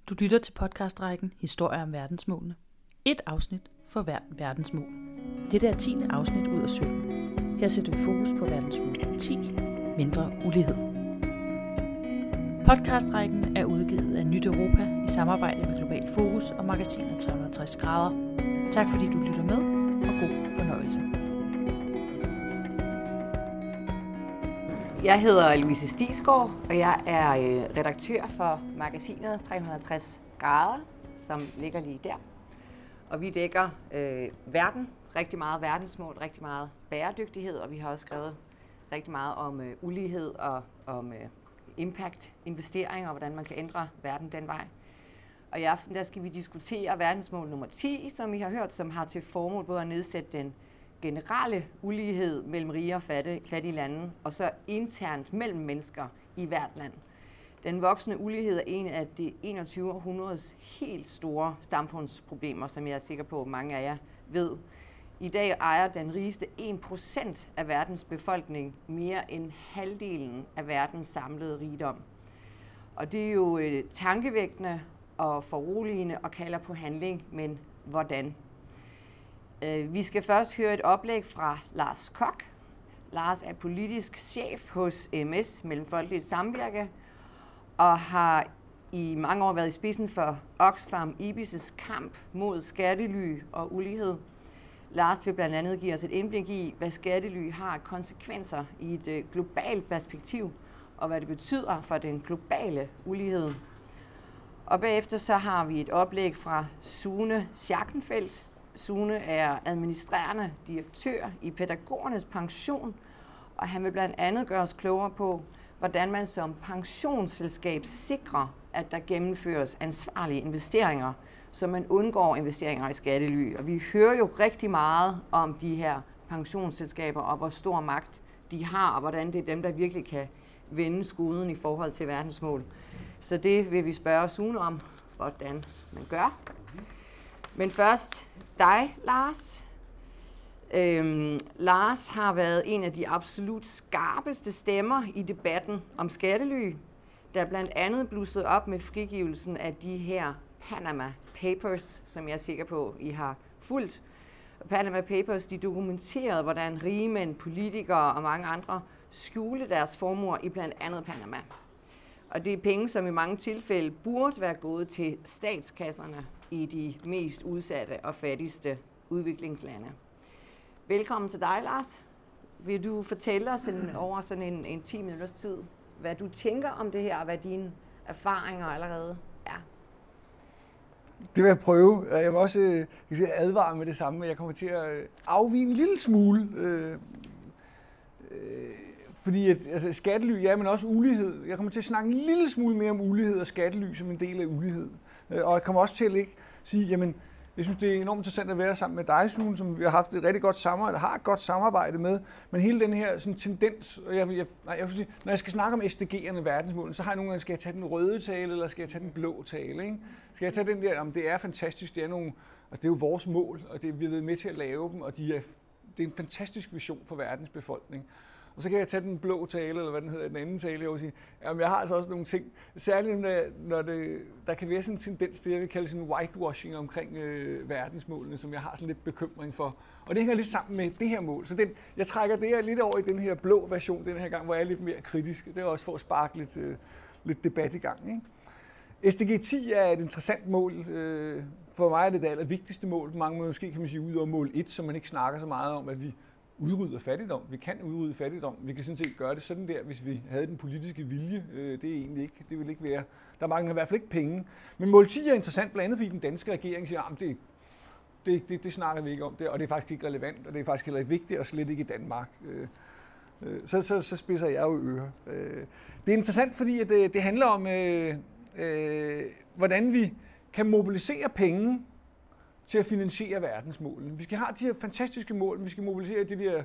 Du lytter til podcastrækken Historier om verdensmålene. Et afsnit for hvert verdensmål. Dette er 10. afsnit ud af 17. Her sætter vi fokus på verdensmål 10, mindre ulighed. Podcastrækken er udgivet af Nyt Europa i samarbejde med Global Fokus og magasinet 360 grader. Tak fordi du lytter med, og god fornøjelse. Jeg hedder Louise Stigsgaard, og jeg er redaktør for magasinet 360 grader, som ligger lige der. Og vi dækker verden, rigtig meget verdensmål, rigtig meget bæredygtighed, og vi har også skrevet rigtig meget om ulighed og om impact, investeringer og hvordan man kan ændre verden den vej. Og i aften der skal vi diskutere verdensmål nummer 10, som I har hørt, som har til formål både at nedsætte den generelle ulighed mellem rige og fattige lande, og så internt mellem mennesker i hvert land. Den voksende ulighed er en af det 21. århundredes helt store samfundsproblemer, som jeg er sikker på, at mange af jer ved. I dag ejer den rigeste 1% af verdens befolkning mere end halvdelen af verdens samlede rigdom. Og det er jo tankevækkende og foruroligende og kalder på handling, men hvordan? Vi skal først høre et oplæg fra Lars Koch. Lars er politisk chef hos MS, Mellemfolkeligt Samvirke, og har i mange år været i spidsen for Oxfam IBIS' kamp mod skattely og ulighed. Lars vil blandt andet give os et indblik i, hvad skattely har konsekvenser i et globalt perspektiv, og hvad det betyder for den globale ulighed. Og bagefter så har vi et oplæg fra Sune Schackenfeldt. Sune er administrerende direktør i Pædagogernes Pension, og han vil blandt andet gøre os klogere på, hvordan man som pensionsselskab sikrer, at der gennemføres ansvarlige investeringer, så man undgår investeringer i skattely. Og vi hører jo rigtig meget om de her pensionsselskaber, og hvor stor magt de har, og hvordan det er dem, der virkelig kan vende skuden i forhold til verdensmål. Så det vil vi spørge Sune om, hvordan man gør. Men først dig, Lars. Lars har været en af de absolut skarpeste stemmer i debatten om skattely, der blandt andet blussede op med frigivelsen af de her Panama Papers, som jeg er sikker på, I har fulgt. Panama Papers, de dokumenterede, hvordan rigmænd, politikere og mange andre skjulte deres formuer i blandt andet Panama. Og det er penge, som i mange tilfælde burde være gået til statskasserne i de mest udsatte og fattigste udviklingslande. Velkommen til dig, Lars. Vil du fortælle os over sådan en 10 minutters tid, hvad du tænker om det her, og hvad dine erfaringer allerede er? Det vil jeg prøve. Jeg vil også advare med det samme, jeg kommer til at afvige en lille smule. Fordi skattely, ja, men også ulighed. Jeg kommer til at snakke en lille smule mere om ulighed og skattely som en del af ulighed. Og jeg kommer også til at sige, jamen, jeg synes, det er enormt interessant at være sammen med dig, Sune, som vi har haft et rigtig godt samarbejde, har et godt samarbejde med. Men hele den her sådan, tendens, og jeg vil sige, når jeg skal snakke om SDG'erne, verdensmålene, så har jeg nogle gange, skal jeg tage den røde tale, eller skal jeg tage den blå tale, ikke? Skal jeg tage den der, om det er fantastisk, det er nogle, og det er jo vores mål, og det, vi har været med til at lave dem, og det er en fantastisk vision for verdens befolkning. Og så kan jeg tage den blå tale, eller hvad den hedder, den anden tale, og sige, jamen jeg har altså også nogle ting, særligt når der kan være sådan en tendens, det jeg vil kalde sådan whitewashing omkring verdensmålene, som jeg har sådan lidt bekymring for. Og det hænger lidt sammen med det her mål. Så jeg trækker det her lidt over i den her blå version, den her gang, hvor jeg er lidt mere kritisk. Det er også for at sparke lidt debat i gang, ikke? SDG 10 er et interessant mål. For mig er det allervigtigste mål. Mange måske kan man sige ud over mål 1, som man ikke snakker så meget om, at vi udrydder fattigdom. Vi kan udrydde fattigdom. Vi kan sådan set gøre det sådan der, hvis vi havde den politiske vilje. Det er egentlig ikke. Det vil ikke være. Der mangler i hvert fald ikke penge. Men mål 10 er interessant, blandt andet fordi den danske regering siger, at det snakker vi ikke om, og det er faktisk ikke relevant, og det er faktisk heller ikke vigtigt, og slet ikke i Danmark. Så spidser jeg jo ører. Det er interessant, fordi det handler om, hvordan vi kan mobilisere penge til at finansiere verdensmålene. Vi skal have de her fantastiske mål, vi skal mobilisere de der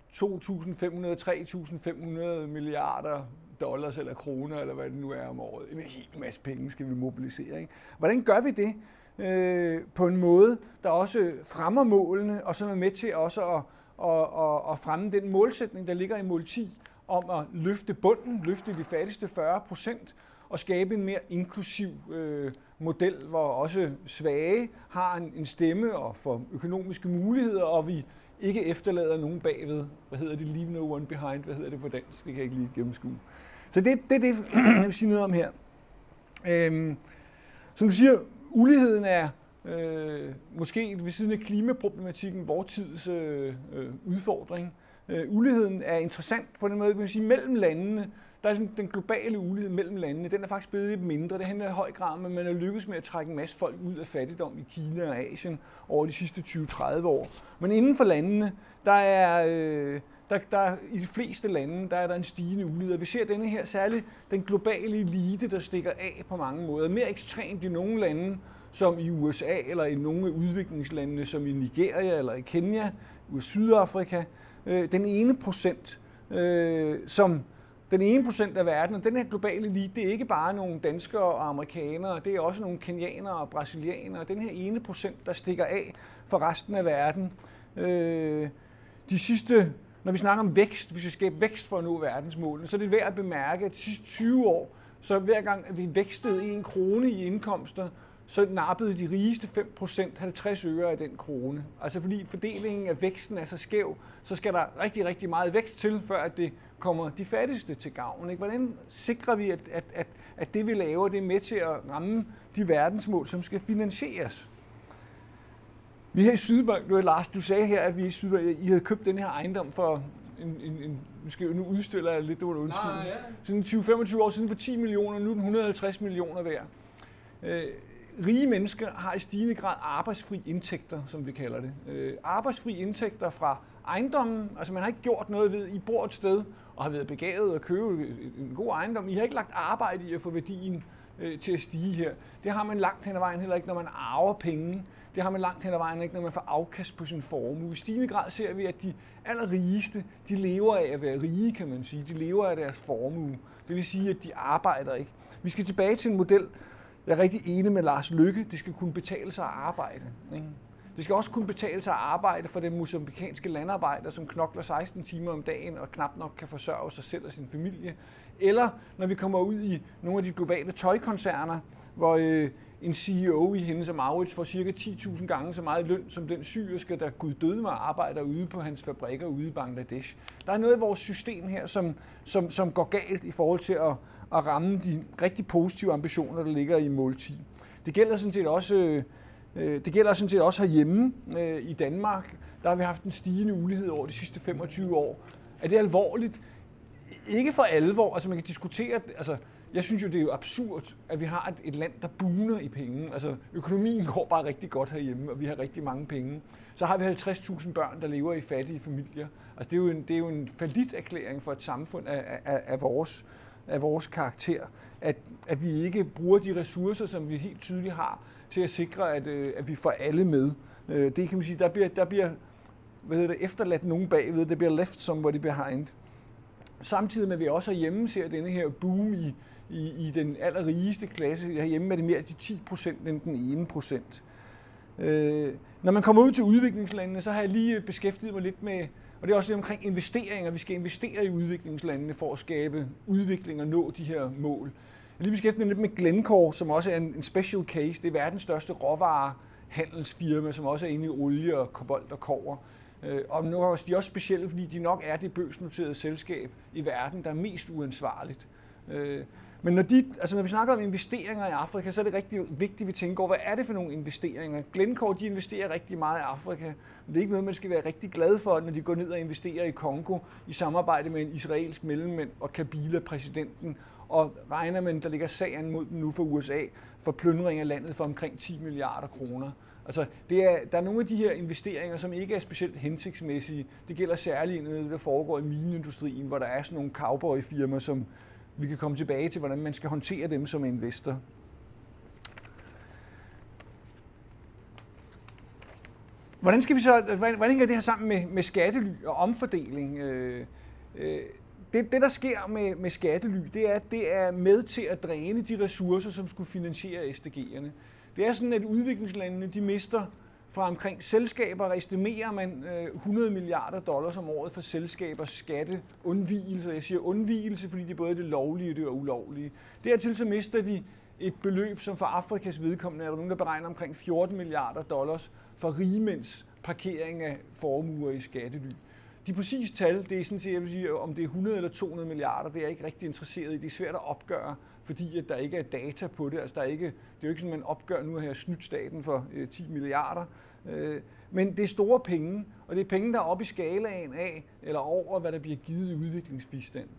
2.500-3.500 milliarder dollars eller kroner, eller hvad det nu er om året. En hel masse penge skal vi mobilisere, ikke? Hvordan gør vi det på en måde, der også fremmer målene, og som er med til også at fremme den målsætning, der ligger i mål 10, om at løfte bunden, løfte de fattigste 40%, og skabe en mere inklusiv model, hvor også svage har en stemme og får økonomiske muligheder, og vi ikke efterlader nogen bagved. Hvad hedder det? Leave no one behind. Hvad hedder det på dansk? Det kan jeg ikke lige gennemskue. Så det er det, jeg vil sige noget om her. Som du siger, uligheden er måske ved siden af klimaproblematikken vores tids udfordring. Uligheden er interessant på den måde, kan man sige, mellem landene. Der er sådan, den globale ulighed mellem landene, den er faktisk blevet lidt mindre. Det handler i høj grad om, at man er lykkedes med at trække en masse folk ud af fattigdom i Kina og Asien over de sidste 20-30 år. Men inden for landene, der er i de fleste lande, der er der en stigende ulighed. Vi ser denne her, særligt den globale elite, der stikker af på mange måder. Mere ekstremt i nogle lande, som i USA, eller i nogle af udviklingslandene, som i Nigeria eller i Kenya, i Sydafrika. Den ene procent af verden, og den her globale elite, det er ikke bare nogle danskere og amerikanere, det er også nogle kenianere og brasilianere. Den her ene procent, der stikker af for resten af verden. Når vi snakker om vækst, hvis vi skal skabe vækst for at nå verdensmålene, så er det værd at bemærke, at de sidste 20 år, så hver gang at vi vækstede 1 krone i indkomster, så nappede de rigeste 5% 50 øre af den krone. Altså fordi fordelingen af væksten er så skæv, så skal der rigtig, rigtig meget vækst til, før at det kommer de fattigste til gavn. Ikke? Hvordan sikrer vi, at det vi laver, det er med til at ramme de verdensmål, som skal finansieres? Vi her i Sydbank, Lars, du sagde her, at vi i Sydbank, I havde købt den her ejendom for nu udstiller jeg lidt, det var der undskyld. Siden 20-25 år siden for 10 millioner, nu er den 150 millioner værd. Rige mennesker har i stigende grad arbejdsfri indtægter, som vi kalder det. Arbejdsfri indtægter fra ejendommen, altså man har ikke gjort noget ved, I bor et sted og har været begavet at købe en god ejendom. I har ikke lagt arbejde i at få værdien til at stige her. Det har man langt hen ad vejen heller ikke, når man arver penge. Det har man langt hen ad vejen ikke, når man får afkast på sin formue. I stigende grad ser vi, at de allerrigeste, de lever af at være rige, kan man sige. De lever af deres formue. Det vil sige, at de arbejder ikke. Vi skal tilbage til en model. Jeg er rigtig enig med Lars Løkke. Det skal kunne betale sig at arbejde. Ikke? Det skal også kunne betale sig at arbejde for den mozambikanske landarbejder, som knokler 16 timer om dagen og knap nok kan forsørge sig selv og sin familie. Eller når vi kommer ud i nogle af de globale tøjkoncerner, hvor en CEO i Hennes & Mauritz får cirka 10.000 gange så meget løn som den syerske, der gud døde med arbejder ude på hans fabrikker ude i Bangladesh. Der er noget i vores system her, som går galt i forhold til at ramme de rigtig positive ambitioner, der ligger i mål 10. Det gælder sådan set også herhjemme i Danmark. Der har vi haft en stigende ulighed over de sidste 25 år. Er det alvorligt? Ikke for alvor. Altså man kan diskutere, altså jeg synes jo, det er jo absurd, at vi har et land, der bugner i penge. Altså økonomien går bare rigtig godt herhjemme, og vi har rigtig mange penge. Så har vi 50.000 børn, der lever i fattige familier. Altså det er jo en falliterklæring for et samfund af vores karakter, at vi ikke bruger de ressourcer, som vi helt tydeligt har, til at sikre, at vi får alle med. Det kan man sige, der bliver efterladt nogen bagved, der bliver left somebody behind. Samtidig med, at vi også herhjemme ser denne her boom i den allerrigeste klasse. Herhjemme er det mere de 10% end den 1%. Når man kommer ud til udviklingslandene, så har jeg lige beskæftiget mig lidt med, og det er også lidt omkring investeringer. Vi skal investere i udviklingslandene for at skabe udvikling og nå de her mål. Jeg lige beskæftiget mig lidt med Glencore, som også er en special case. Det er verdens største råvarehandelsfirma, som også er inde i olie og kobolt og kobber. Og nu er de også specielle, fordi de nok er det børsnoterede selskab i verden, der er mest uansvarligt. Men når vi snakker om investeringer i Afrika, så er det rigtig vigtigt, at vi tænker over, hvad er det for nogle investeringer? Glencore, de investerer rigtig meget i Afrika. Det er ikke noget, man skal være rigtig glad for, når de går ned og investerer i Kongo i samarbejde med en israelsk mellemmænd og Kabila, præsidenten, og regner man, der ligger sagen mod dem nu for USA for plyndring af landet for omkring 10 milliarder kroner. Altså, der er nogle af de her investeringer, som ikke er specielt hensigtsmæssige. Det gælder særligt noget, der foregår i mineindustrien, hvor der er sådan nogle cowboy-firmaer, som vi kan komme tilbage til, hvordan man skal håndtere dem som investor. Hvordan hænger det her sammen med skattely og omfordeling? Det, der sker med skattely, det er, at det er med til at dræne de ressourcer, som skulle finansiere SDG'erne. Det er sådan, at udviklingslandene de mister fra omkring selskaber, estimerer man $100 milliarder om året for selskabers skatteundvigelse. Jeg siger undvigelse, fordi det er både det lovlige og det ulovlige. Dertil så mister de et beløb, som for Afrikas vedkommende er der nogen, der beregner omkring $14 milliarder for rigemænds parkering af formuer i skattely. De præcise tal, det er sådan set, jeg vil sige, om det er 100 eller 200 milliarder, det er jeg ikke rigtig interesseret i. Det er svært at opgøre, fordi at der ikke er data på det. Altså, det er jo ikke sådan, man opgør nu her snydt staten for 10 milliarder. Men det er store penge, og det er penge, der er oppe i skalaen af, eller over, hvad der bliver givet i udviklingsbistand.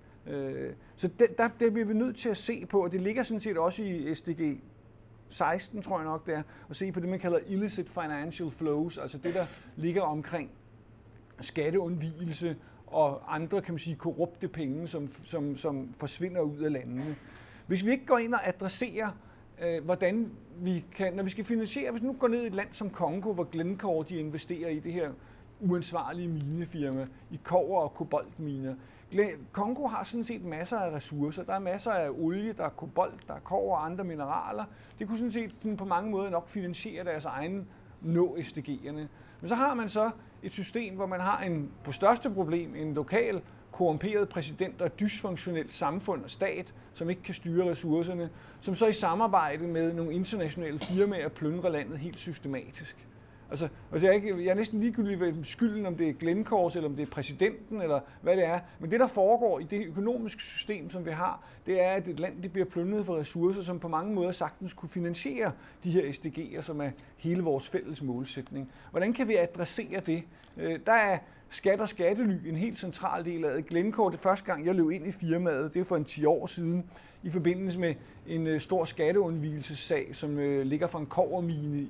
Så der bliver vi nødt til at se på, og det ligger sådan set også i SDG 16, tror jeg nok det er, at se på det, man kalder illicit financial flows, altså det, der ligger omkring skatteundvigelse og andre, kan man sige, korrupte penge, som forsvinder ud af landene. Hvis vi ikke går ind og adresserer, hvordan vi kan, når vi skal finansiere, hvis vi nu går ned i et land som Congo, hvor Glencore de investerer i det her uansvarlige minefirma, i kobber- og koboltminer. Congo har sådan set masser af ressourcer. Der er masser af olie, der er kobolt, der er kobber og andre mineraler. Det kunne sådan set på mange måder nok finansiere deres egen nå SDG'erne. Men så har man så et system, hvor man har på største problem en lokal korrumperet præsident og et dysfunktionelt samfund og stat, som ikke kan styre ressourcerne, som så i samarbejde med nogle internationale firmaer plyndrer landet helt systematisk. Altså jeg er næsten ligegyldig ved skylden, om det er Glencore, eller om det er præsidenten, eller hvad det er. Men det, der foregår i det økonomiske system, som vi har, det er, at et land det bliver plyndret for ressourcer, som på mange måder sagtens kunne finansiere de her SDG'er, som er hele vores fælles målsætning. Hvordan kan vi adressere det? Der er skat og skattely en helt central del af det. Glencore, det første gang, jeg løb ind i firmaet, det er for 10 år siden, i forbindelse med en stor skatteundvigelsessag, som ligger for en kobbermine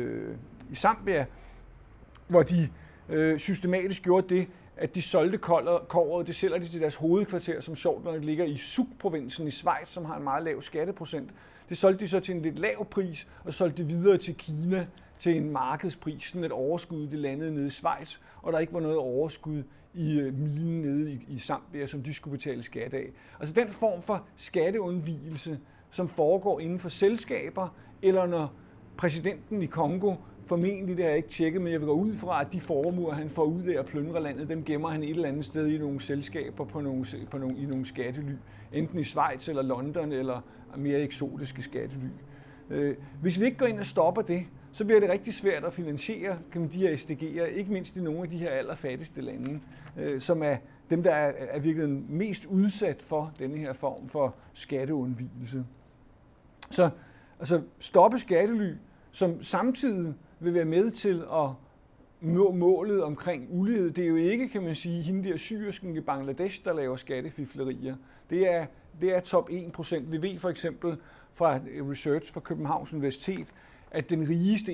i Zambia, hvor de systematisk gjorde det, at de solgte kobberet, det sælger de til deres hovedkvarter, som sjovt nok ligger i Zug-provinsen i Schweiz, som har en meget lav skatteprocent. Det solgte de så til en lidt lav pris, og solgte det videre til Kina til en markedspris, sådan et overskud, det landede nede i Schweiz, og der ikke var noget overskud i minen nede i Zambia, som de skulle betale skat af. Altså den form for skatteundvigelse, som foregår inden for selskaber, eller når præsidenten i Congo, formentlig, det har jeg ikke tjekket, men jeg vil gå ud fra, at de formuer, han får ud af at plyndre landet, dem gemmer han et eller andet sted i nogle selskaber i nogle skattely. Enten i Schweiz eller London, eller mere eksotiske skattely. Hvis vi ikke går ind og stopper det, så bliver det rigtig svært at finansiere de her SDG'er, ikke mindst i nogle af de her allerfattigste lande, som er dem, der er virkelig mest udsat for denne her form for skatteundvigelse. Så altså stoppe skattely, som samtidig vil være med til at nå målet omkring ulighed. Det er jo ikke, kan man sige, hende der syrsken i Bangladesh, der laver skattefiflerier. Det er top 1%. Vi ved for eksempel fra research fra Københavns Universitet, at den rigeste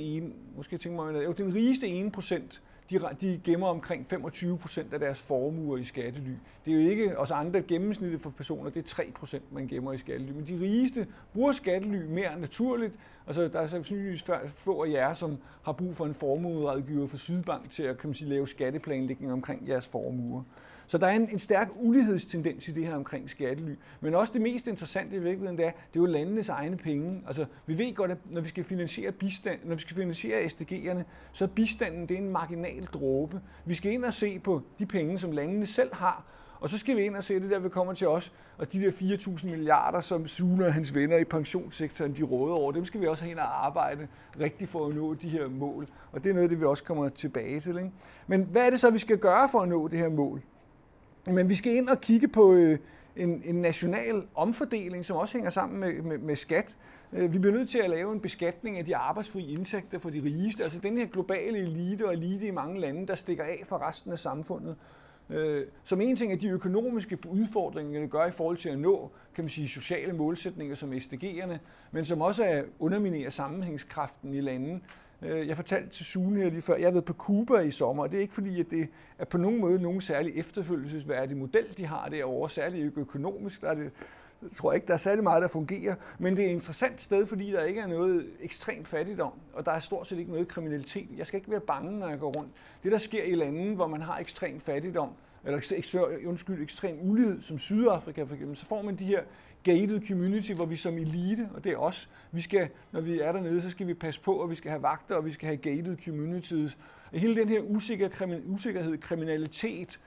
1%, de gemmer omkring 25% af deres formuer i skattely. Det er jo ikke os andre gennemsnittet for personer, det er 3%, man gemmer i skattely. Men de rigeste bruger skattely mere naturligt. Altså, der er sandsynligvis få af jer, som har brug for en formuerådgiver fra Sydbank til at, kan man sige, lave skatteplanlægning omkring jeres formuer. Så der er en stærk ulighedstendens i det her omkring skattely. Men også det mest interessante i virkeligheden, det er jo landenes egne penge. Altså, vi ved godt, at når vi skal finansiere bistand, når vi skal finansiere SDG'erne, så er bistanden det er en marginal dråbe. Vi skal ind og se på de penge, som landene selv har, og så skal vi ind og se det der, vi kommer til os, og de der 4.000 milliarder, som Sune og hans venner i pensionssektoren, de råder over, dem skal vi også have ind og arbejde rigtig for at nå de her mål. Og det er noget af det, vi også kommer tilbage til. Ikke? Men hvad er det så, vi skal gøre for at nå det her mål? Men vi skal ind og kigge på en national omfordeling, som også hænger sammen med skat. Vi bliver nødt til at lave en beskatning af de arbejdsfrie indtægter for de rigeste. Altså den her globale elite og elite i mange lande, der stikker af fra resten af samfundet. Som en ting er de økonomiske udfordringer, det gør i forhold til at nå, kan man sige, sociale målsætninger som SDG'erne, men som også er underminerer sammenhængskraften i landene. Jeg fortalte til Sune her lige før, jeg har været på Cuba i sommer, og det er ikke fordi, at det er på nogen måde nogen særlig efterfølgelsesværdig model, de har derovre, særligt økonomisk. Jeg tror ikke, der er særlig meget, der fungerer, men det er et interessant sted, fordi der ikke er noget ekstremt fattigdom, og der er stort set ikke noget kriminalitet. Jeg skal ikke være bange, når jeg går rundt. Det, der sker i lande, hvor man har ekstrem fattigdom, eller ekstrem ulighed, som Sydafrika for eksempel, så får man de her gated community, hvor vi som elite, og det er os, vi skal, når vi er dernede, så skal vi passe på, og vi skal have vagter, og vi skal have gated communities. Og hele den her usikkerhed, kriminalitet,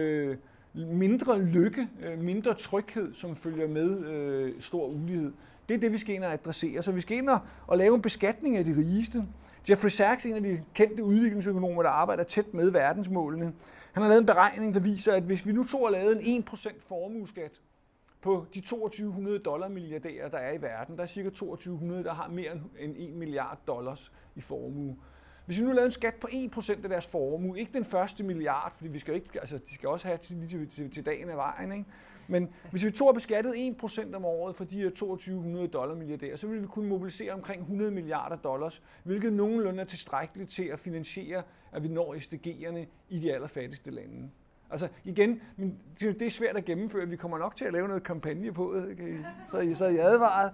mindre lykke, mindre tryghed, som følger med stor ulighed. Det er det, vi skal ind og adressere. Så vi skal ind og lave en beskatning af de rigeste. Jeffrey Sachs, en af de kendte udviklingsøkonomer, der arbejder tæt med verdensmålene, han har lavet en beregning, der viser, at hvis vi nu tog og lavede en 1% formueskat på de $2200 milliardærer, der er i verden, der er cirka 2200, der har mere end $1 milliard i formue. Hvis vi nu lavede en skat på 1% af deres formue, ikke den første milliard, fordi vi skal ikke, altså de skal også have til dagen af vejen, ikke? Men hvis vi tog og beskattede 1% om året for de her $2200 milliardærer, så ville vi kunne mobilisere omkring $100 milliarder, hvilket nogenlunde er tilstrækkeligt til at finansiere, at vi når SDG'erne i de allerfattigste lande. Altså igen, det er svært at gennemføre. Vi kommer nok til at lave noget kampagne på det, så er I advaret.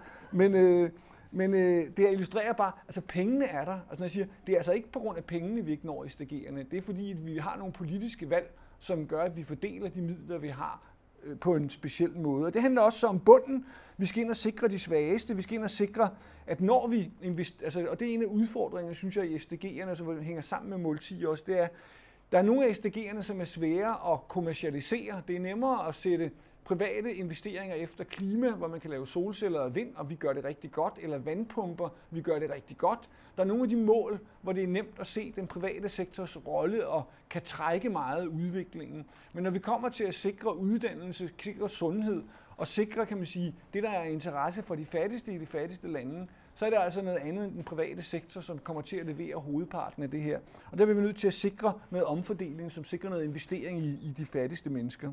Men det illustrerer bare, altså pengene er der. Altså når jeg siger, det er altså ikke på grund af pengene, vi ikke når SDG'erne. Det er fordi, at vi har nogle politiske valg, som gør, at vi fordeler de midler, vi har på en speciel måde. Og det handler også om bunden. Vi skal ind og sikre de svageste. Vi skal ind og sikre, at når vi investerer, og det er en af udfordringerne, synes jeg, i SDG'erne, som hænger sammen med mål 10 også, det er, der er nogle af SDG'erne, som er svære at kommercialisere. Det er nemmere at sætte private investeringer efter klima, hvor man kan lave solceller og vind, og vi gør det rigtig godt, eller vandpumper, vi gør det rigtig godt. Der er nogle af de mål, hvor det er nemt at se den private sektors rolle og kan trække meget af udviklingen. Men når vi kommer til at sikre uddannelse, sikre sundhed og sikre, kan man sige, det der er interesse for de fattigste i de fattigste lande, så er det altså noget andet end den private sektor, som kommer til at levere hovedparten af det her. Og der bliver vi nødt til at sikre noget omfordeling, som sikrer noget investering i de fattigste mennesker.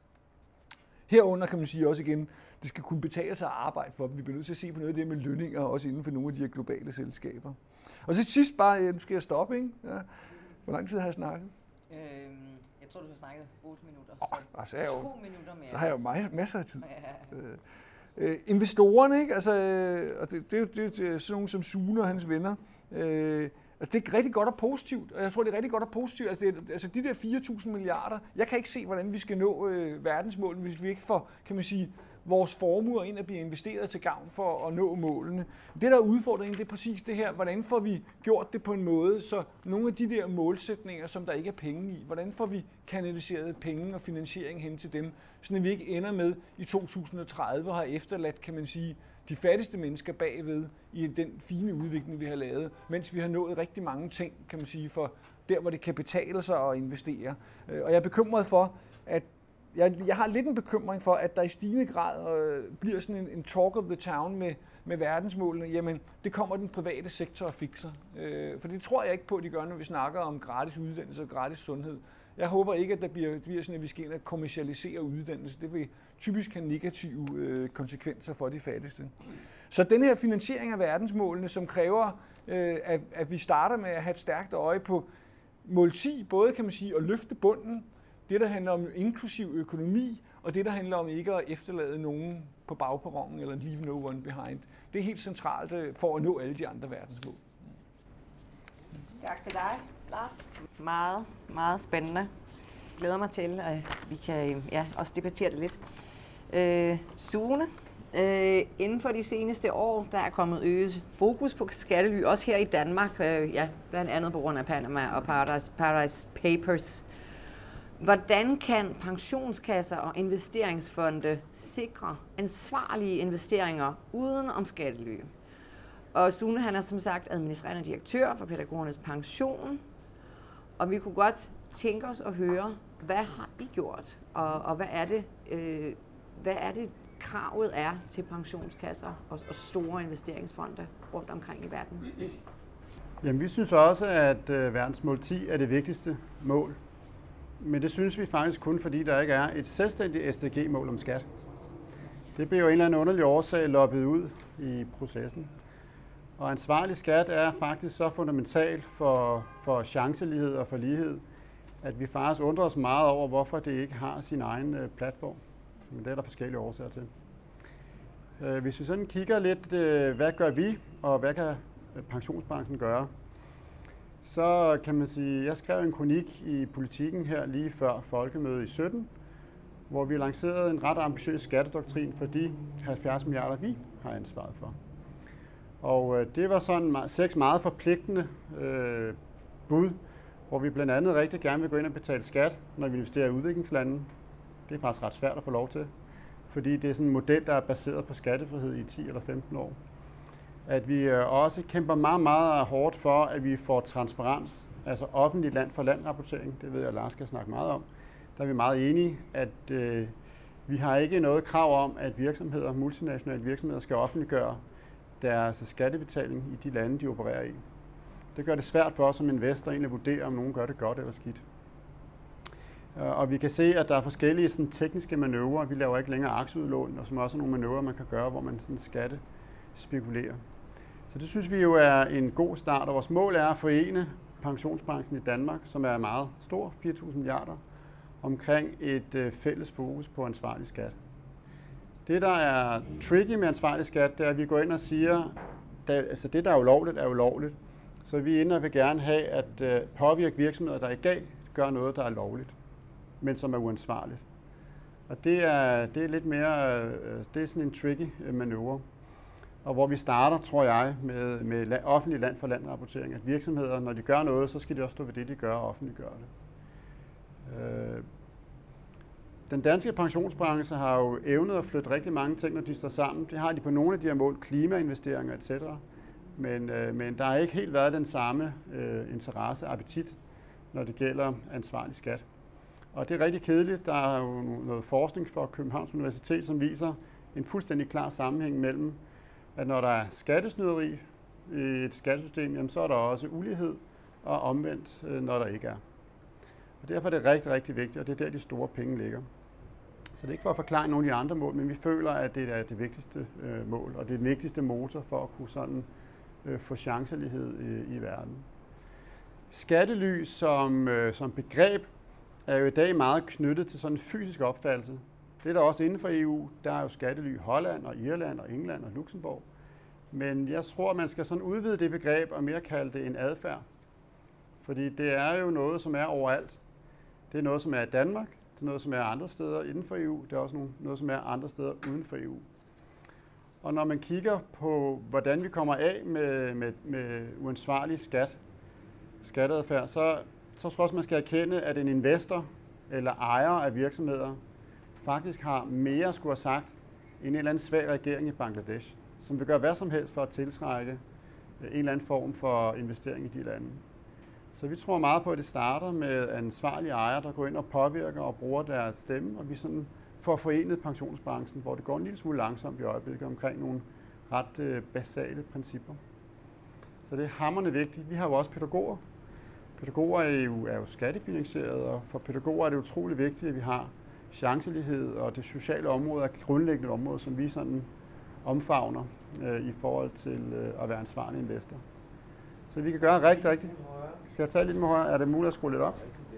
Herunder kan man sige også igen, det skal kunne betale sig at arbejde for dem. Vi bliver nødt til at se på noget af det med lønninger, også inden for nogle af de her globale selskaber. Og til sidst bare, nu skal jeg stoppe, ikke? Ja. Hvor lang tid har jeg snakket? Jeg tror, du har snakket 8 minutter, så 2 minutter mere. Så har jeg jo masser af tid. Ja. Investorerne, ikke? Altså, og det er sådan nogle som Sune og hans venner. Altså det er rigtig godt og positivt, og jeg tror, det er rigtig godt og positivt. Altså de der 4.000 milliarder, jeg kan ikke se, hvordan vi skal nå verdensmålene, hvis vi ikke får, kan man sige, vores formuer ind at blive investeret til gavn for at nå målene. Det, der er udfordringen, det er præcis det her. Hvordan får vi gjort det på en måde, så nogle af de der målsætninger, som der ikke er penge i, hvordan får vi kanaliseret penge og finansiering hen til dem, så vi ikke ender med i 2030 og har efterladt, kan man sige, de fattigste mennesker bagved i den fine udvikling, vi har lavet, mens vi har nået rigtig mange ting, kan man sige, for der, hvor det kan betale sig at investere. Og jeg er bekymret for, at jeg har lidt en bekymring for, at der i stigende grad bliver sådan en talk of the town med verdensmålene. Jamen, det kommer den private sektor og fikser. For det tror jeg ikke på, at de gør, når vi snakker om gratis uddannelse og gratis sundhed. Jeg håber ikke, at der bliver sådan, at vi skal ind og kommercialisere uddannelse. Det vil typisk have negative konsekvenser for de fattigste. Så den her finansiering af verdensmålene, som kræver, at vi starter med at have et stærkt øje på mål 10, både kan man sige at løfte bunden, det der handler om inklusiv økonomi, og det der handler om ikke at efterlade nogen på bagperronen eller leave no one behind. Det er helt centralt for at nå alle de andre verdensmål. Tak til dig, Lars. Meget, meget spændende. Jeg glæder mig til, at vi kan også debattere det lidt. Sune, inden for de seneste år, der er kommet øget fokus på skattely, også her i Danmark, blandt andet på grund af Panama og Paradise Papers. Hvordan kan pensionskasser og investeringsfonde sikre ansvarlige investeringer uden om skattely? Og Sune, han er som sagt administrerende direktør for Pædagogernes Pension, og vi kunne godt tænke os at høre, hvad har I gjort, og hvad er det kravet er til pensionskasser og store investeringsfonde rundt omkring i verden? Jamen, vi synes også, at verdensmål 10 er det vigtigste mål. Men det synes vi faktisk kun, fordi der ikke er et selvstændigt SDG-mål om skat. Det bliver jo en eller anden underlig årsag loppet ud i processen. Og ansvarlig skat er faktisk så fundamentalt for chancelighed og for lighed, at vi faktisk undrer os meget over, hvorfor det ikke har sin egen platform. Men det er der forskellige årsager til. Hvis vi sådan kigger lidt, hvad gør vi, og hvad kan pensionsbranchen gøre, så kan man sige, jeg skrev en kronik i Politiken her lige før folkemødet i 17, hvor vi lancerede en ret ambitiøs skattedoktrin for de 70 milliarder, vi har ansvaret for. Og det var sådan 6 meget forpligtende bud, hvor vi blandt andet rigtig gerne vil gå ind og betale skat, når vi investerer i udviklingslande. Det er faktisk ret svært at få lov til, fordi det er sådan en model, der er baseret på skattefrihed i 10 eller 15 år. At vi også kæmper meget, meget hårdt for, at vi får transparens, altså offentlig land-for-land-rapportering. Det ved jeg, at Lars skal snakke meget om. Der er vi meget enige, at vi har ikke noget krav om, at virksomheder, multinationale virksomheder, skal offentliggøre deres skattebetaling i de lande, de opererer i. Det gør det svært for os som investor egentlig at vurdere, om nogen gør det godt eller skidt. Og vi kan se, at der er forskellige sådan, tekniske manøvrer. Vi laver ikke længere aktieudlån, og som også er nogle manøvrer, man kan gøre, hvor man sådan, skattespekulerer. Så det synes vi jo er en god start, og vores mål er at forene pensionsbranchen i Danmark, som er meget stor, 4.000 milliarder, omkring et fælles fokus på ansvarlig skat. Det, der er tricky med ansvarlig skat, det er, at vi går ind og siger, at det, der er ulovligt, er ulovligt. Så vi er inde og vil gerne have at påvirke virksomheder, der i dag gør noget, der er lovligt, men som er uansvarligt. Og det er lidt mere, det er sådan en tricky manøvre. Og hvor vi starter, tror jeg, med offentlig land-for-land-rapportering, at virksomheder, når de gør noget, så skal de også stå ved det, de gør, og offentliggøre det. Den danske pensionsbranche har jo evnet at flytte rigtig mange ting, når de står sammen. Det har de på nogle af de her mål, klimainvesteringer etc. Men der har ikke helt været den samme interesse og appetit, når det gælder ansvarlig skat. Og det er rigtig kedeligt. Der er jo noget forskning fra Københavns Universitet, som viser en fuldstændig klar sammenhæng mellem, at når der er skattesnyderi i et skattesystem, jamen, så er der også ulighed, og omvendt, når der ikke er. Og derfor er det rigtig, rigtig vigtigt, og det er der, de store penge ligger. Så det er ikke for at forklare nogle af de andre mål, men vi føler, at det er det vigtigste mål, og det er den vigtigste motor for at kunne sådan, få chancelighed i verden. Skattely som begreb er jo i dag meget knyttet til sådan en fysisk opfattelse. Det er der også inden for EU. Der er jo skattely i Holland og Irland og England og Luxembourg. Men jeg tror, man skal sådan udvide det begreb og mere kalde det en adfærd. Fordi det er jo noget, som er overalt. Det er noget, som er i Danmark. Det er noget, som er andre steder inden for EU. Det er også noget, som er andre steder uden for EU. Og når man kigger på, hvordan vi kommer af med uansvarlig skatteadfærd, så tror jeg også, man skal erkende, at en investor eller ejer af virksomheder faktisk har mere skulle have sagt end en eller anden svag regering i Bangladesh, som vil gøre hvad som helst for at tiltrække en eller anden form for investering i de lande. Så vi tror meget på, at det starter med ansvarlige ejere, der går ind og påvirker og bruger deres stemme, og vi sådan får forenet pensionsbranchen, hvor det går en lille smule langsomt i øjeblikket omkring nogle ret basale principper. Så det er hamrende vigtigt. Vi har jo også pædagoger. Pædagoger er jo skattefinansieret, og for pædagoger er det utrolig vigtigt, at vi har chancelighed, og det sociale område er et grundlæggende område, som vi sådan omfavner i forhold til at være ansvarlig investor. Så vi kan gøre rigtig. Skal jeg tage lidt med højere? Er det muligt at skrue lidt op?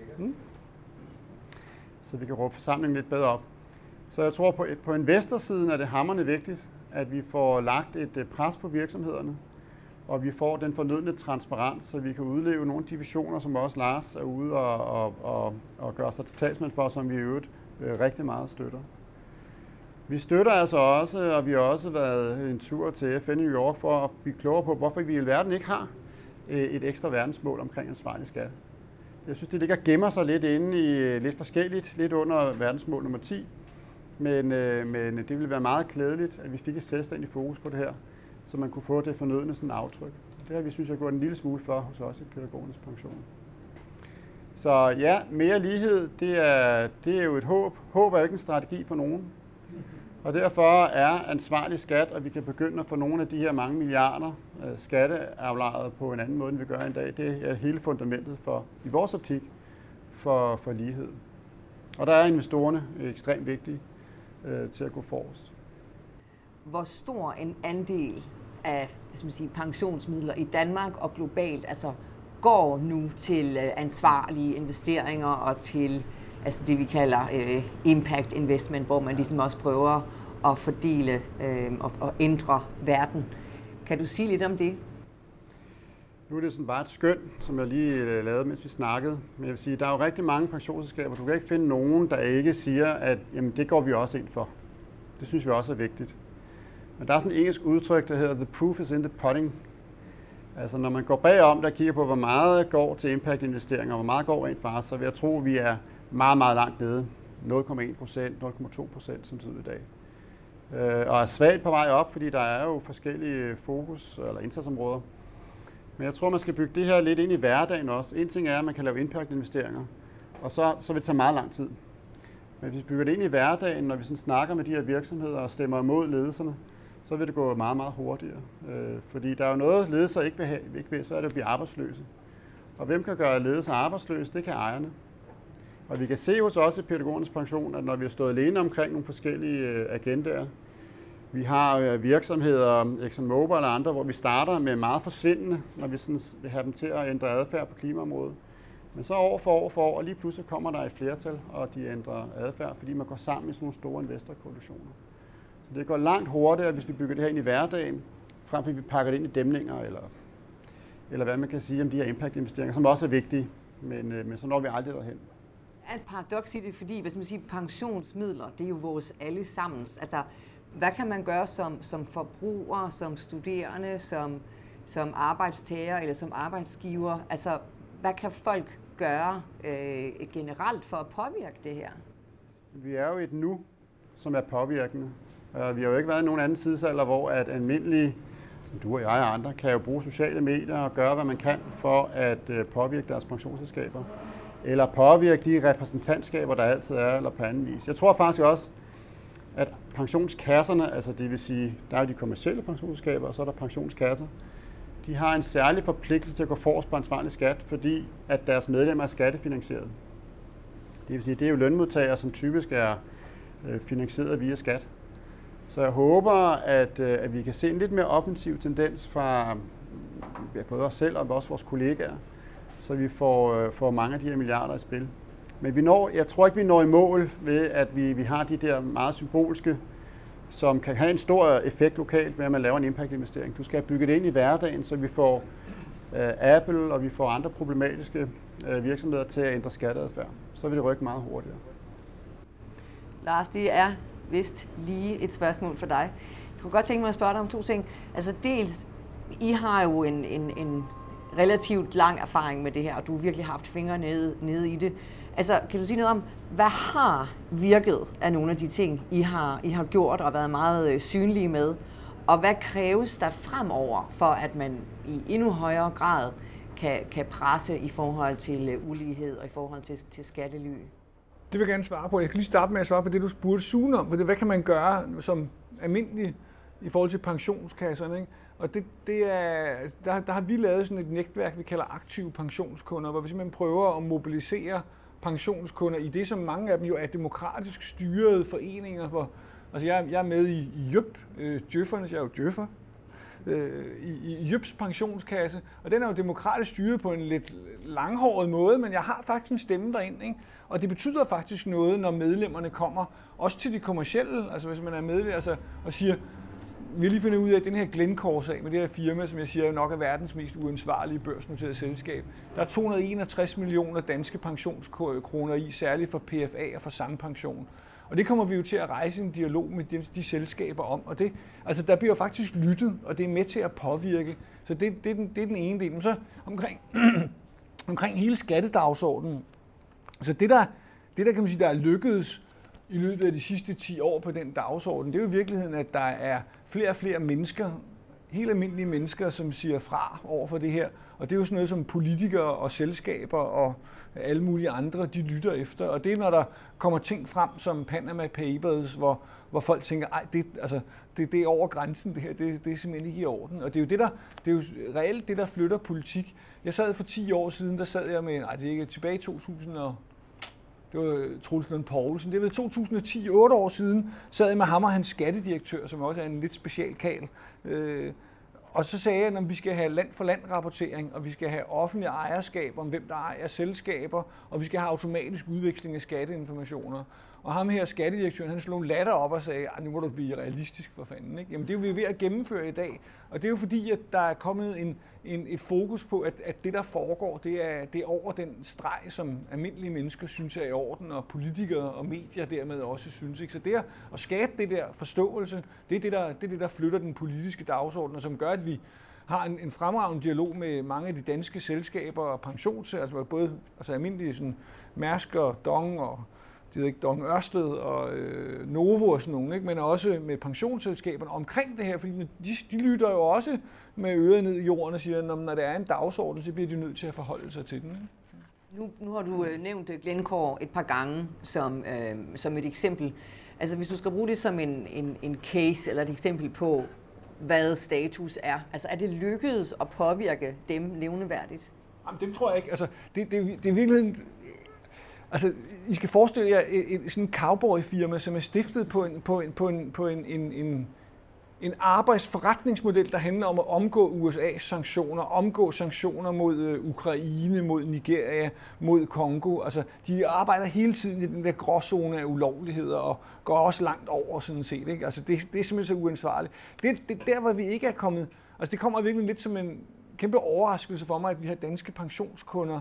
Så vi kan råbe forsamlingen lidt bedre op. Så jeg tror, på investorsiden er det hamrende vigtigt, at vi får lagt et pres på virksomhederne, og vi får den fornødne transparens, så vi kan udleve nogle divisioner, som også Lars er ude og gøre sig til talsmand for, som vi i øvrigt rigtig meget støtter. Vi støtter altså også, og vi har også været en tur til FN i New York for at blive klogere på, hvorfor vi i verden ikke har et ekstra verdensmål omkring ansvarlig skat. Jeg synes, det ligger gemmer sig lidt inde i lidt forskelligt, lidt under verdensmål nummer 10. Men det ville være meget klædeligt, at vi fik et selvstændigt fokus på det her, så man kunne få det fornødne sådan aftryk. Det har vi, synes jeg, gået en lille smule for hos os i Pædagogernes Pension. Så ja, mere lighed, det er jo et håb. Håb er jo ikke en strategi for nogen. Og derfor er ansvarlig skat, og vi kan begynde at få nogle af de her mange milliarder skatteaflejret på en anden måde, end vi gør i dag. Det er hele fundamentet i vores optik for lighed. Og der er investorerne ekstremt vigtige til at gå forrest. Hvor stor en andel af pensionsmidler i Danmark og globalt går nu til ansvarlige investeringer og til det, vi kalder impact investment, hvor man ligesom også prøver at fordele og ændre verden. Kan du sige lidt om det? Nu er det sådan bare et skøn, som jeg lige lavede, mens vi snakkede. Men jeg vil sige, der er jo rigtig mange pensionsselskaber. Du kan ikke finde nogen, der ikke siger, at jamen, det går vi også ind for. Det synes vi også er vigtigt. Men der er sådan et engelsk udtryk, der hedder the proof is in the pudding. Altså når man går bagom, der kigger på, hvor meget går til impact-investeringer, og hvor meget går rent faktisk, så vil jeg tro, at vi er meget, meget langt nede. 0,1%, 0,2% som tid i dag. Og er svagt på vej op, fordi der er jo forskellige fokus- eller indsatsområder. Men jeg tror, man skal bygge det her lidt ind i hverdagen også. En ting er, at man kan lave impact-investeringer, og så vil det tage meget lang tid. Men hvis vi bygger det ind i hverdagen, når vi sådan snakker med de her virksomheder og stemmer imod ledelserne, så vil det gå meget, meget hurtigere. Fordi der er jo noget, ledelser ikke vil, så er det at blive arbejdsløse. Og hvem kan gøre ledelser arbejdsløse? Det kan ejerne. Og vi kan se hos os i Pædagogernes Pension, at når vi har stået alene omkring nogle forskellige agendaer, vi har virksomheder, ExxonMobil eller andre, hvor vi starter med meget forsvindende, når vi sådan vil have dem til at ændre adfærd på klimaområdet. Men så år for år, og lige pludselig kommer der et flertal, og de ændrer adfærd, fordi man går sammen i sådan nogle store investorkoalitioner. Så det går langt hurtigere, hvis vi bygger det her ind i hverdagen, frem for at vi pakker det ind i dæmninger, eller hvad man kan sige om de her impact-investeringer, som også er vigtige, men så når vi aldrig derhen. Der er et paradoks i det, fordi hvis man siger, pensionsmidler, det er jo vores allesammens. Altså, hvad kan man gøre som forbruger, som studerende, som arbejdstager eller som arbejdsgiver? Altså, hvad kan folk gøre generelt for at påvirke det her? Vi er jo et nu, som er påvirkende. Vi har jo ikke været i nogen anden tidsalder, hvor at almindelige, som du og jeg og andre, kan jo bruge sociale medier og gøre, hvad man kan for at påvirke deres pensionsselskaber. Eller påvirke de repræsentantskaber, der altid er, eller på anden vis. Jeg tror faktisk også, at pensionskasserne, altså det vil sige, der er jo de kommercielle pensionsselskaber, og så er der pensionskasser, de har en særlig forpligtelse til at gå forrest på ansvarlig skat, fordi at deres medlemmer er skattefinansieret. Det vil sige, det er jo lønmodtagere, som typisk er finansieret via skat. Så jeg håber, at vi kan se en lidt mere offensiv tendens fra både os selv og også vores kollegaer, så vi får mange af de her milliarder i spil. Men jeg tror ikke, vi når i mål ved, at vi har de der meget symbolske, som kan have en stor effekt lokalt, ved at man laver en impact-investering. Du skal bygge det ind i hverdagen, så vi får Apple og vi får andre problematiske virksomheder til at ændre skatteadfærd. Så vil det rykke meget hurtigere. Lars, det er vist lige et spørgsmål for dig. Jeg kunne godt tænke mig at spørge dig om to ting. Altså dels, I har jo en relativt lang erfaring med det her, og du har virkelig haft fingre nede i det. Altså, kan du sige noget om, hvad har virket af nogle af de ting, I har gjort og været meget synlige med? Og hvad kræves der fremover, for at man i endnu højere grad kan presse i forhold til ulighed og i forhold til skattely? Det vil jeg gerne svare på. Jeg kan lige starte med at svare på det, du spurgte Sune om. For hvad kan man gøre som almindelig i forhold til pensionskasserne? Ikke? Og der har vi lavet sådan et netværk, vi kalder aktive pensionskunder, hvor vi simpelthen prøver at mobilisere pensionskunder i det, som mange af dem jo er demokratisk styrede foreninger. Altså jeg er med i JØP, Djøfferne, jeg er jo djøffer, i JØPs pensionskasse, og den er jo demokratisk styret på en lidt langhåret måde, men jeg har faktisk en stemme derind, ikke? Og det betyder faktisk noget, når medlemmerne kommer, også til de kommercielle, altså hvis man er medlem, altså, og siger, vi har lige fundet ud af, at den her Glencore-sag med det her firma, som jeg siger nok er verdens mest uansvarlige børsnoterede selskab, der er 261 millioner danske pensionskroner i, særligt for PFA og for Sampension. Og det kommer vi jo til at rejse en dialog med de selskaber om, og det, altså der bliver jo faktisk lyttet, og det er med til at påvirke. Så det er den ene del. Men så omkring hele skattedagsordenen. Så det der kan man sige, der er lykkedes i løbet af de sidste 10 år på den dagsorden, det er jo i virkeligheden, at der er flere og flere mennesker, helt almindelige mennesker, som siger fra over for det her. Og det er jo sådan noget som politikere og selskaber og alle mulige andre, de lytter efter. Og det er, når der kommer ting frem som Panama Papers, hvor folk tænker, det er over grænsen, det her, det er simpelthen ikke i orden. Og det er jo reelt det, der flytter politik. Jeg sad for 10 år siden, der sad jeg med, det er ikke tilbage i 2000 og det var Troels Lund Poulsen. Det var 2010, 8 år siden, sad jeg med ham og hans skattedirektør, som også er en lidt special kal. Og så sagde jeg, at vi skal have land-for-land-rapportering, og vi skal have offentlig ejerskab om, hvem der ejer selskaber, og vi skal have automatisk udveksling af skatteinformationer. Og ham her, skattedirektøren, han slog latter op og sagde, nu må du blive realistisk for fanden. Ikke? Jamen det er vi ved at gennemføre i dag. Og det er jo fordi, at der er kommet et fokus på, at det, der foregår, det er over den streg, som almindelige mennesker synes er i orden, og politikere og medier dermed også synes. Ikke? Så det at skabe det der forståelse, det er det, der flytter den politiske dagsorden, og som gør, at vi har en fremragende dialog med mange af de danske selskaber og pensionsselskaber, både almindelige sådan Mærsk og Dong og Dong Ørsted og Novo og sådan nogle, ikke? Men også med pensionsselskaberne omkring det her, fordi de lytter jo også med øret ned i jorden og siger, når der er en dagsorden, så bliver de nødt til at forholde sig til den. Ikke? Nu har du nævnt Glencore et par gange som et eksempel. Altså hvis du skal bruge det som en case eller et eksempel på, hvad status er. Altså er det lykkedes at påvirke dem levneværdigt? Jamen, det tror jeg ikke. Altså, det er virkelig. Altså, I skal forestille jer sådan en cowboy-firma, som er stiftet på en arbejdsforretningsmodel, der handler om at omgå USA's sanktioner, omgå sanktioner mod Ukraine, mod Nigeria, mod Kongo. Altså, de arbejder hele tiden i den der gråzone af ulovligheder og går også langt over sådan set. Ikke? Altså, det er simpelthen så uansvarligt. Det der, hvor vi ikke er kommet. Altså, det kommer virkelig lidt som en kæmpe overraskelse for mig, at vi har danske pensionskunder,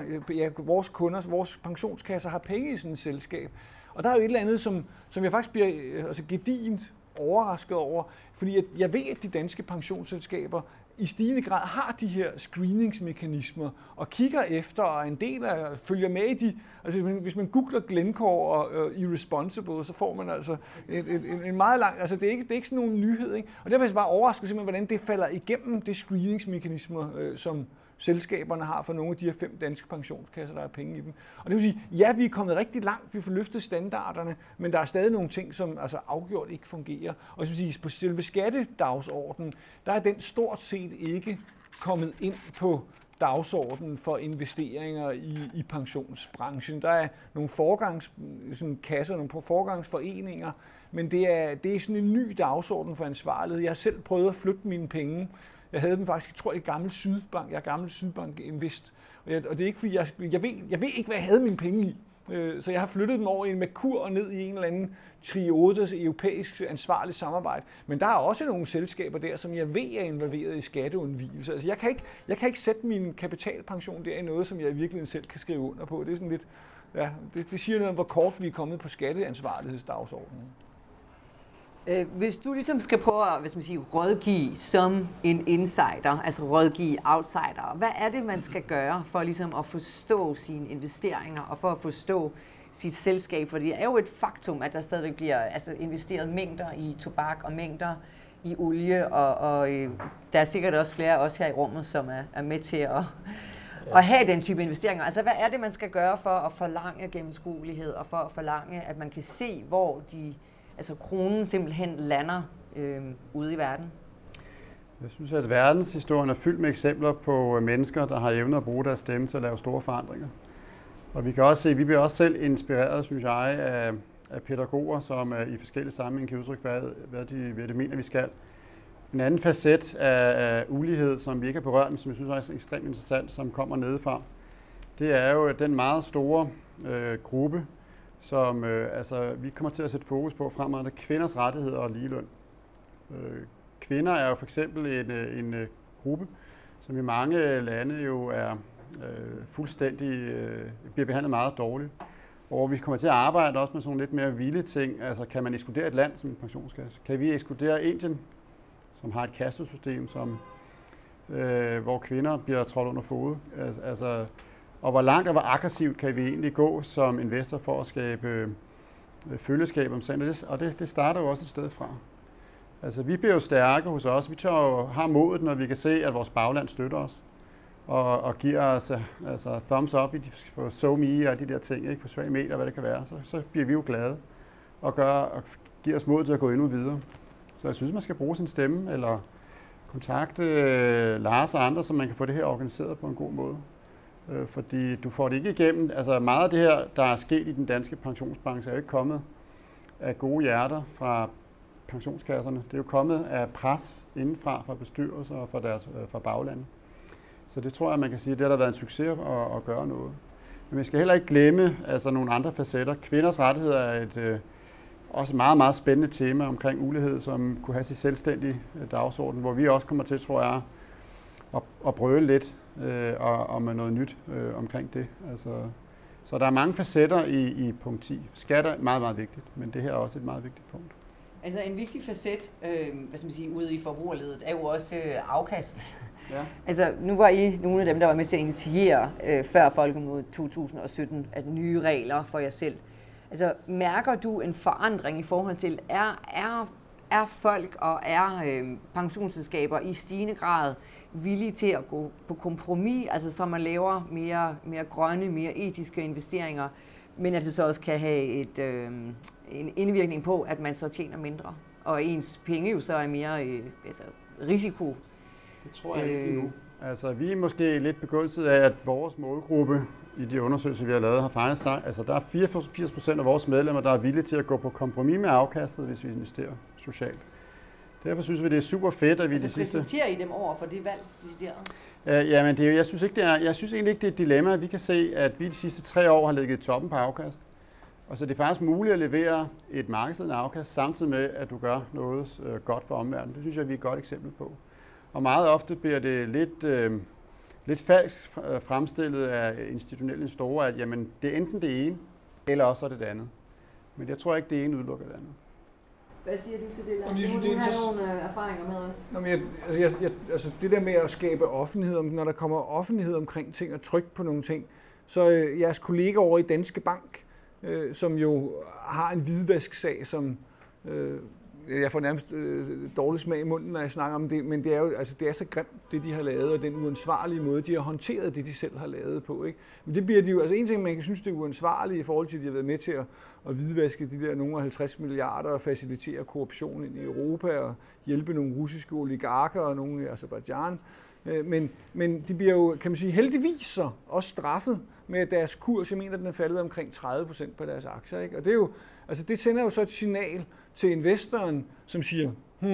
vores pensionskasser har penge i sådan et selskab. Og der er jo et eller andet, som jeg faktisk bliver gedigent overrasket over, fordi jeg ved, at de danske pensionsselskaber i stigende grad har de her screeningsmekanismer og kigger efter, og en del af følger med i de. Altså hvis man googler Glencore og Irresponsible, så får man altså en meget lang. Altså det er ikke sådan nogen nyhed, ikke? Og derfor er jeg bare overrasket simpelthen, hvordan det falder igennem det screeningsmekanismer, som selskaberne har for nogle af de her 5 danske pensionskasser, der er penge i dem. Og det vil sige, ja, vi er kommet rigtig langt, vi får løftet standarderne, men der er stadig nogle ting, som altså afgjort ikke fungerer. Og så vil sige, på selve skattedagsordenen, der er den stort set ikke kommet ind på dagsordenen for investeringer i pensionsbranchen. Der er nogle kasser, nogle forgangsforeninger, men det er sådan en ny dagsorden for ansvarlighed. Jeg har selv prøvet at flytte mine penge. Jeg havde dem faktisk, jeg tror, i gammel Sydbank. Jeg er gammel Sydbank Invest. Og det er ikke, fordi jeg ved ikke, hvad jeg havde mine penge i. Så jeg har flyttet dem over i en Merkur og ned i en eller anden triodes europæisk ansvarligt samarbejde. Men der er også nogle selskaber der, som jeg ved er involveret i skatteundvigelse. Altså jeg kan ikke sætte min kapitalpension der i noget, som jeg i virkeligheden selv kan skrive under på. Det er sådan lidt, ja, det siger noget om, hvor kort vi er kommet på skatteansvarlighedsdagsordenen. Hvis du ligesom skal prøve at rådgive som en insider, altså rådgive outsider, hvad er det, man skal gøre for ligesom at forstå sine investeringer og for at forstå sit selskab? For det er jo et faktum, at der stadigvæk bliver investeret mængder i tobak og mængder i olie, og der er sikkert også flere af os her i rummet, som er med til at have den type investeringer. Altså hvad er det, man skal gøre for at forlange gennemskuelighed og for at forlange, at man kan se, hvor kronen simpelthen lander ude i verden? Jeg synes, at verdenshistorien er fyldt med eksempler på mennesker, der har evnet at bruge deres stemme til at lave store forandringer. Og vi kan også se, at vi bliver også selv inspireret, synes jeg, af pædagoger, som i forskellige sammenhænge kan udtrykke, hvad de mener, vi skal. En anden facet af ulighed, som vi ikke har berørt, men som jeg synes er ekstremt interessant, som kommer nedefra, det er jo den meget store gruppe, som vi kommer til at sætte fokus på fremadrettet, kvinders rettigheder og ligeløn. Kvinder er jo for eksempel en gruppe, som i mange lande jo er fuldstændig bliver behandlet meget dårligt. Og vi kommer til at arbejde også med sådan lidt mere vilde ting. Altså kan man ekskludere et land som en pensionskasse? Kan vi ekskludere Indien, som har et kastesystem, hvor kvinder bliver trådt under fod? Og hvor langt og hvor aggressivt kan vi egentlig gå som investor for at skabe følgeskab om sagen? Og det starter jo også et sted fra. Altså vi bliver jo stærke hos os. Vi har modet, når vi kan se, at vores bagland støtter os. Og giver os thumbs up på SoMe og de der ting, ikke? På sociale medier, hvad det kan være. Så bliver vi jo glade og giver os mod til at gå endnu videre. Så jeg synes, man skal bruge sin stemme eller kontakte Lars og andre, så man kan få det her organiseret på en god måde. Fordi du får det ikke igennem. Altså meget af det her, der er sket i den danske pensionsbranche, er jo ikke kommet af gode hjerter fra pensionskasserne. Det er jo kommet af pres indenfra fra bestyrelser og fra baglandet. Så det tror jeg, man kan sige, at det har været en succes at gøre noget. Men vi skal heller ikke glemme altså nogle andre facetter. Kvinders rettigheder er et også meget, meget spændende tema omkring ulighed, som kunne have sit selvstændige dagsorden, hvor vi også kommer til, tror jeg, at brøle lidt og med noget nyt omkring det. Altså, så der er mange facetter i punkt 10. Skat er meget, meget vigtigt, men det her er også et meget vigtigt punkt. Altså en vigtig facet, hvad skal man sige, ude i forbrugerledet, er jo også afkast. Ja. Altså nu var I nogle af dem, der var med til at initiere før Folkemødet 2017, at nye regler for jer selv. Altså mærker du en forandring i forhold til, er folk og er pensionsselskaber i stigende grad villige til at gå på kompromis, altså så man laver mere grønne, mere etiske investeringer, men at det så også kan have en indvirkning på, at man så tjener mindre, og ens penge jo så er mere risiko. Det tror jeg ikke endnu. Altså vi er måske lidt begunstiget af, at vores målgruppe i de undersøgelser, vi har lavet, har faktisk sagt, altså der er 84% af vores medlemmer, der er villige til at gå på kompromis med afkastet, hvis vi investerer socialt. Derfor synes vi, det er super fedt, at vi altså, de sidste... præsenterer I dem over for det valg, decideret? Jamen, jeg synes egentlig ikke, det er et dilemma. Vi kan se, at vi de sidste 3 år har ligget i toppen på afkast. Og så det er faktisk muligt at levere et markedsledende afkast, samtidig med, at du gør noget godt for omverdenen. Det synes jeg, vi er et godt eksempel på. Og meget ofte bliver det lidt falsk fremstillet af institutionelle investorer, at jamen, det er enten det ene, eller også er det andet. Men jeg tror ikke, det ene udelukker det andet. Hvad siger du til det, Lars? Du har nogle erfaringer med os. Altså det der med at skabe offentlighed, når der kommer offentlighed omkring ting og tryk på nogle ting, så jeres kollega over i Danske Bank, som jo har en hvidvasksag, som jeg får nærmest dårlig smag i munden, når jeg snakker om det, men det er jo altså det er så grimt, det de har lavet, og den uansvarlige måde, de har håndteret det, de selv har lavet på. Ikke? Men det bliver de jo, altså en ting, man kan synes, det er uansvarligt i forhold til, at de har været med til at hvidvaske de der nogle 50 milliarder og facilitere korruption ind i Europa og hjælpe nogle russiske oligarker og nogle i Aserbajdsjan. Men de bliver jo, kan man sige, heldigvis så også straffet med deres kurs. Jeg mener, den er faldet omkring 30% på deres aktier. Ikke? Og det er jo, altså det sender jo så et signal til investoren, som siger,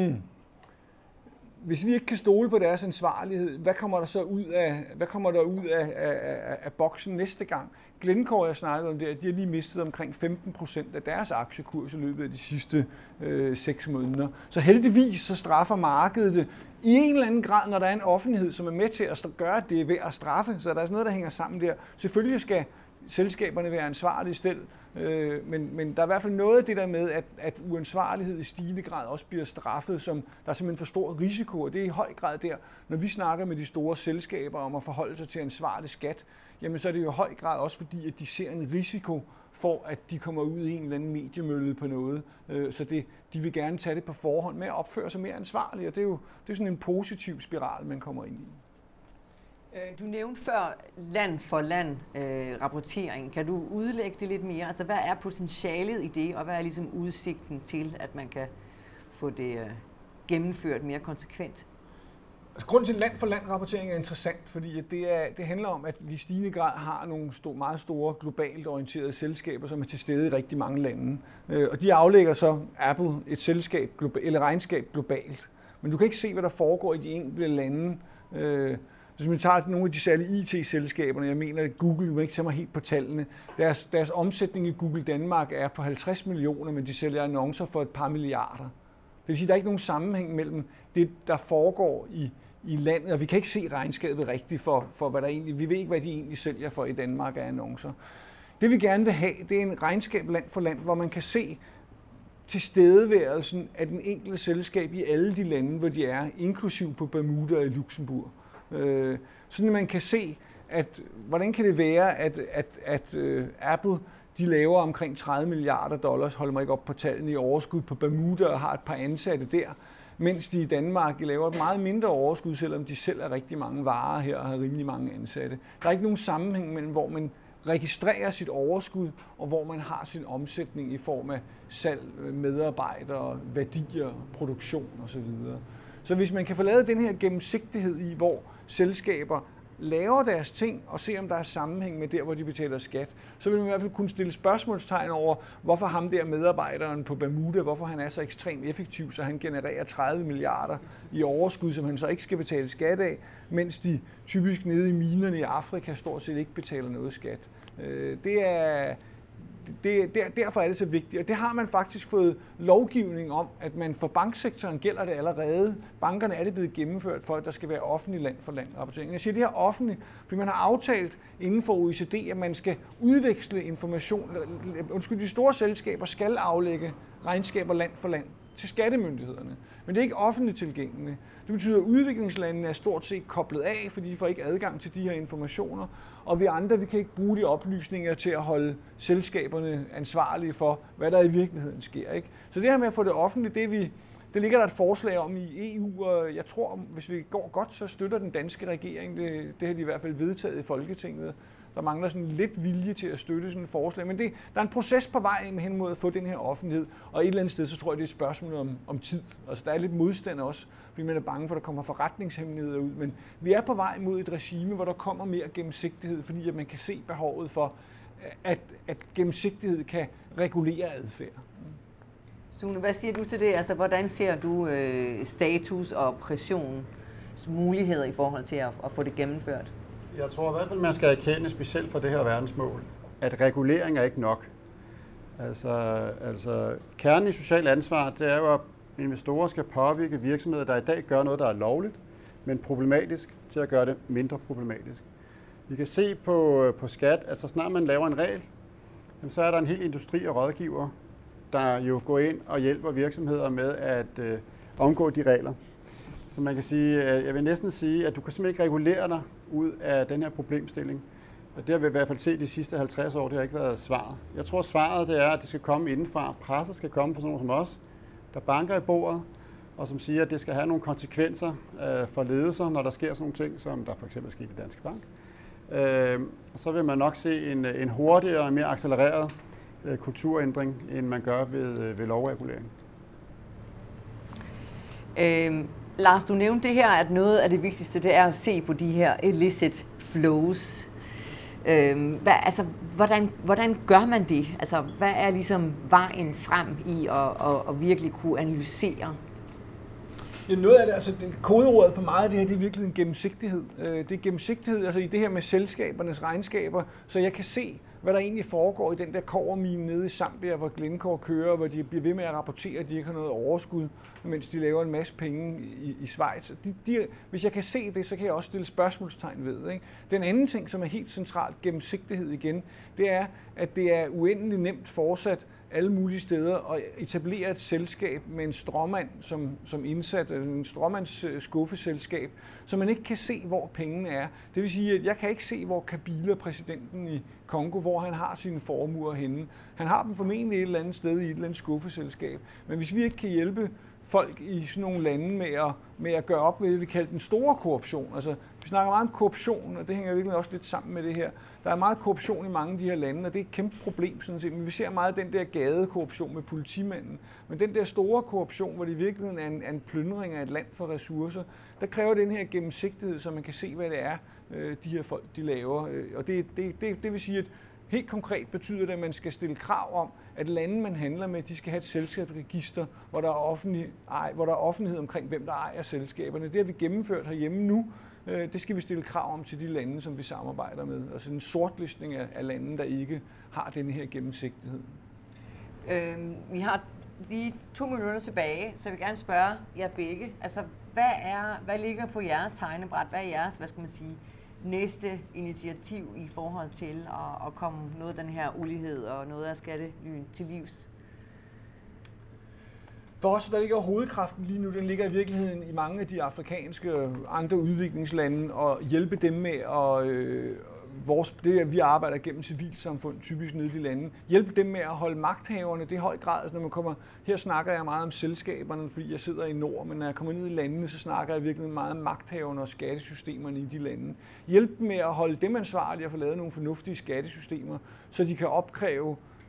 hvis vi ikke kan stole på deres ansvarlighed, hvad kommer der så ud af boksen næste gang? Glencore, jeg snakkede om det, at de har lige mistet omkring 15% af deres aktiekurs i løbet af de sidste 6 måneder. Så heldigvis så straffer markedet det i en eller anden grad, når der er en offentlighed, som er med til at gøre det ved at straffe. Så der er sådan noget, der hænger sammen der. Selvfølgelig skal selskaberne være ansvarlige selv, men der er i hvert fald noget af det der med, at uansvarlighed i stigende grad også bliver straffet, som der er simpelthen for stor risiko, og det er i høj grad der, når vi snakker med de store selskaber om at forholde sig til ansvarlig skat, jamen så er det jo i høj grad også fordi, at de ser en risiko for, at de kommer ud i en eller anden mediemølle på noget, så de vil gerne tage det på forhånd med at opføre sig mere ansvarligt, og det er sådan en positiv spiral, man kommer ind i. Du nævnte før land for land rapportering. Kan du udlægge det lidt mere? Altså, hvad er potentialet i det, og hvad er ligesom udsigten til, at man kan få det gennemført mere konsekvent? Altså, grunden til land for land rapportering er interessant, fordi det handler om, at vi i stigende grad har nogle meget store globalt orienterede selskaber, som er til stede i rigtig mange lande. Og de aflægger så Apple et selskab eller regnskab globalt. Men du kan ikke se, hvad der foregår i de enkelte lande. Hvis man tager nogle af de særlige IT-selskaberne, jeg mener, at Google, du må ikke tage mig helt på tallene, deres omsætning i Google Danmark er på 50 millioner, men de sælger annoncer for et par milliarder. Det vil sige, at der er ikke nogen sammenhæng mellem det, der foregår i landet, og vi kan ikke se regnskabet rigtigt for hvad der egentlig, vi ved ikke, hvad de egentlig sælger for i Danmark af annoncer. Det vi gerne vil have, det er en regnskab land for land, hvor man kan se tilstedeværelsen af den enkelte selskab i alle de lande, hvor de er, inklusiv på Bermuda og i Luxembourg. Sådan at man kan se, at hvordan kan det være, at Apple de laver omkring $30 milliarder, holder mig ikke op på tallene, i overskud på Bermuda og har et par ansatte der, mens de i Danmark laver et meget mindre overskud, selvom de selv er rigtig mange varer her og har rimelig mange ansatte. Der er ikke nogen sammenhæng mellem, hvor man registrerer sit overskud og hvor man har sin omsætning i form af salg, medarbejdere, værdier, produktion osv. Så hvis man kan få lavet den her gennemsigtighed i, hvor selskaber laver deres ting og ser, om der er sammenhæng med der, hvor de betaler skat, så vil man i hvert fald kunne stille spørgsmålstegn over, hvorfor ham der medarbejderen på Bermuda, hvorfor han er så ekstremt effektiv, så han genererer 30 milliarder i overskud, som han så ikke skal betale skat af, mens de typisk nede i minerne i Afrika stort set ikke betaler noget skat. Derfor er det så vigtigt, og det har man faktisk fået lovgivning om, at man for banksektoren gælder det allerede. Bankerne er det blevet gennemført for, at der skal være offentlig land for land rapportering. Jeg siger det her offentligt, fordi man har aftalt inden for OECD, at man skal udveksle information. De store selskaber skal aflægge regnskaber land for land til skattemyndighederne, men det er ikke offentligt tilgængeligt. Det betyder, at udviklingslandene er stort set koblet af, fordi de får ikke adgang til de her informationer, og vi andre, vi kan ikke bruge de oplysninger til at holde selskaberne ansvarlige for, hvad der i virkeligheden sker. Ikke? Så det her med at få det offentligt, det ligger der et forslag om i EU, og jeg tror, hvis vi går godt, så støtter den danske regering. Det har de i hvert fald vedtaget i Folketinget. Der mangler sådan lidt vilje til at støtte sådan et forslag, men der er en proces på vej hen mod at få den her offentlighed, og et eller andet sted, så tror jeg, det er et spørgsmål om tid. Altså, der er lidt modstand også, fordi man er bange for, at der kommer forretningshemmeligheder ud, men vi er på vej mod et regime, hvor der kommer mere gennemsigtighed, fordi at man kan se behovet for, at gennemsigtighed kan regulere adfærd. Sune, hvad siger du til det? Altså, hvordan ser du status og pressionsmuligheder i forhold til at få det gennemført? Jeg tror i hvert fald, man skal erkende, specielt for det her verdensmål, at regulering er ikke nok. Altså kernen i socialt ansvar, det er jo, at investorer skal påvirke virksomheder, der i dag gør noget, der er lovligt, men problematisk, til at gøre det mindre problematisk. Vi kan se på skat, at så snart man laver en regel, så er der en hel industri og rådgiver, der jo går ind og hjælper virksomheder med at omgå de regler. Så man kan sige, jeg vil næsten sige, at du kan simpelthen ikke regulere dig ud af den her problemstilling. Og det har vi i hvert fald set de sidste 50 år, det har ikke været svaret. Jeg tror, svaret det er, at det skal komme indenfra. Presset skal komme fra sådan nogle som os, der banker i bordet, og som siger, at det skal have nogle konsekvenser for ledelser, når der sker sådan nogle ting, som der for eksempel skete i Danske Bank. Så vil man nok se en hurtigere og mere accelereret kulturændring, end man gør ved lovregulering. Lars, du nævnte det her, at noget af det vigtigste, det er at se på de her illicit flows. Hvordan gør man det? Altså, hvad er ligesom vejen frem i at virkelig kunne analysere? Ja, noget af det, altså kodeordet på meget af det her, det er virkelig en gennemsigtighed. Det er gennemsigtighed, altså i det her med selskabernes regnskaber, så jeg kan se, hvad der egentlig foregår i den der kobbermine nede i Zambia, hvor Glencore kører, hvor de bliver ved med at rapportere, at de ikke har noget overskud, mens de laver en masse penge i Schweiz. Hvis jeg kan se det, så kan jeg også stille spørgsmålstegn ved. Ikke? Den anden ting, som er helt centralt, gennemsigtighed igen, det er, at det er uendeligt nemt fortsat alle mulige steder at etablere et selskab med en stråmand som indsat, en stråmands skuffeselskab, så man ikke kan se, hvor pengene er. Det vil sige, at jeg kan ikke se, hvor Kabila, præsidenten i Kongo, hvor han har sine formuer henne. Han har dem formentlig et eller andet sted i et eller andet skuffeselskab. Men hvis vi ikke kan hjælpe folk i sådan nogle lande med at gøre op med det, vi kalder den store korruption. Altså, vi snakker meget om korruption, og det hænger virkelig også lidt sammen med det her. Der er meget korruption i mange af de her lande, og det er et kæmpe problem sådan set. Men vi ser meget den der gadekorruption med politimanden. Men den der store korruption, hvor det i virkeligheden er en plyndring af et land for ressourcer, der kræver den her gennemsigtighed, så man kan se, hvad det er, de her folk de laver. Og det vil sige, at helt konkret betyder det, at man skal stille krav om, at lande, man handler med, de skal have et selskabsregister, hvor der er offentlighed omkring, hvem der ejer selskaberne. Det har vi gennemført herhjemme nu. Det skal vi stille krav om til de lande, som vi samarbejder med. Altså en sortlistning af lande, der ikke har denne her gennemsigtighed. Vi har lige 2 minutter tilbage, så jeg vil gerne spørge jer begge. Altså, hvad ligger på jeres tegnebræt? Hvad er jeres, næste initiativ i forhold til at komme noget af den her ulighed og noget af skattelyen til livs? For os, der ligger hovedkraften lige nu, den ligger i virkeligheden i mange af de afrikanske og andre udviklingslande, og hjælpe dem med det, vi arbejder gennem civilsamfund, typisk nede i de lande, hjælpe dem med at holde magthaverne. Det er i høj grad, altså når man kommer, her snakker jeg meget om selskaberne, fordi jeg sidder i nord, men når jeg kommer ned i landene, så snakker jeg virkelig meget om magthaverne og skattesystemerne i de lande. Hjælpe dem med at holde dem ansvarlige og få lavet nogle fornuftige skattesystemer, så de kan opkræve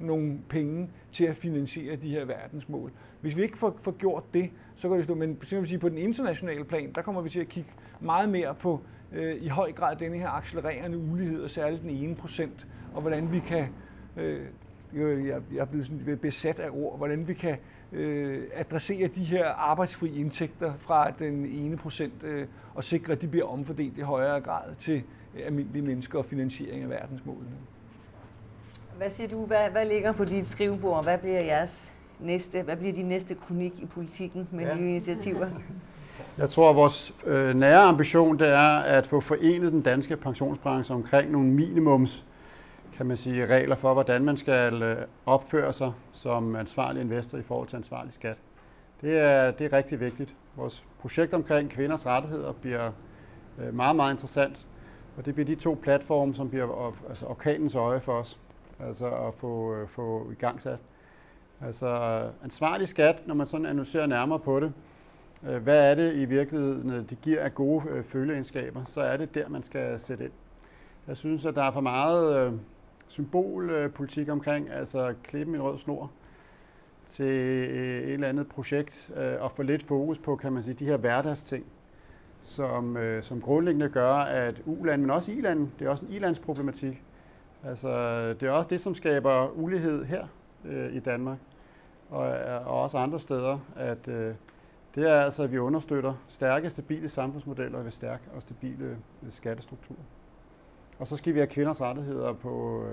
nogle penge til at finansiere de her verdensmål. Hvis vi ikke får gjort det, så kan vi stå, men på den internationale plan, der kommer vi til at kigge meget mere på i høj grad denne her accelererende ulighed, og særligt den 1%, og hvordan vi kan, jeg er blevet sådan besat af ord, hvordan vi kan adressere de her arbejdsfri indtægter fra den 1% og sikre, at de bliver omfordelt i højere grad til almindelige mennesker og finansiering af verdensmålene. Hvad siger du? Hvad ligger på dit skrivebord? Hvad bliver din næste kronik i politikken med nye initiativer? Jeg tror, at vores nære ambition det er at få forenet den danske pensionsbranche omkring nogle minimums, kan man sige, regler for, hvordan man skal opføre sig som ansvarlig investor i forhold til ansvarlig skat. Det er rigtig vigtigt. Vores projekt omkring kvinders rettigheder bliver meget, meget interessant, og det bliver de 2 platforme, som bliver orkanens øje for os, altså at få i gang sat. Altså ansvarlig skat, når man sådan analyserer nærmere på det, hvad er det i virkeligheden, det giver af gode følgeegenskaber, så er det der, man skal sætte ind. Jeg synes, at der er for meget symbolpolitik omkring, altså klippe en rød snor til et eller andet projekt, og få lidt fokus på, kan man sige, de her hverdagsting, som grundlæggende gør, at u-land, men også i-land, det er også en i-landsproblematik. Altså, det er også det, som skaber ulighed her i Danmark, og også andre steder, at det er altså, at vi understøtter stærke, stabile samfundsmodeller ved stærke og stabile skattestrukturer. Og så skal vi have kvinders rettigheder på,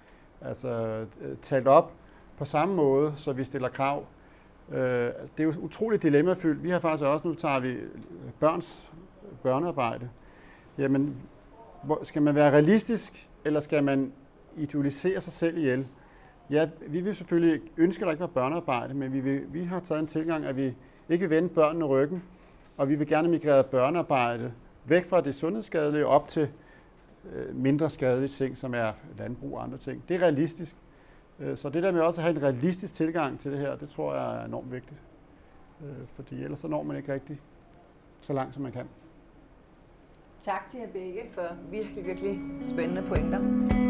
talt op på samme måde, så vi stiller krav. Det er jo utroligt dilemmafyldt. Vi har faktisk også, nu tager vi børnearbejde. Jamen, skal man være realistisk, eller skal man idealisere sig selv ihjel? Ja, vi vil selvfølgelig ønske, at der ikke var børnearbejde, men vi har taget en tilgang, at vi ikke vil vende børnene ryggen, og vi vil gerne migrere børnearbejde væk fra det sundhedsskadelige op til mindre skadelige ting, som er landbrug og andre ting. Det er realistisk. Så det der med også at have en realistisk tilgang til det her, det tror jeg er enormt vigtigt. Fordi ellers så når man ikke rigtig så langt, som man kan. Tak til jer begge for virkelig, virkelig spændende pointer.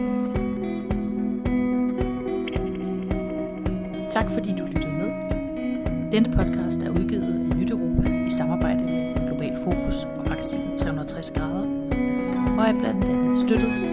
Tak fordi du lyttede med. Denne podcast er udgivet af Nyt Europa i samarbejde med Global Fokus og magasinet 360 grader, og er blandt andet støttet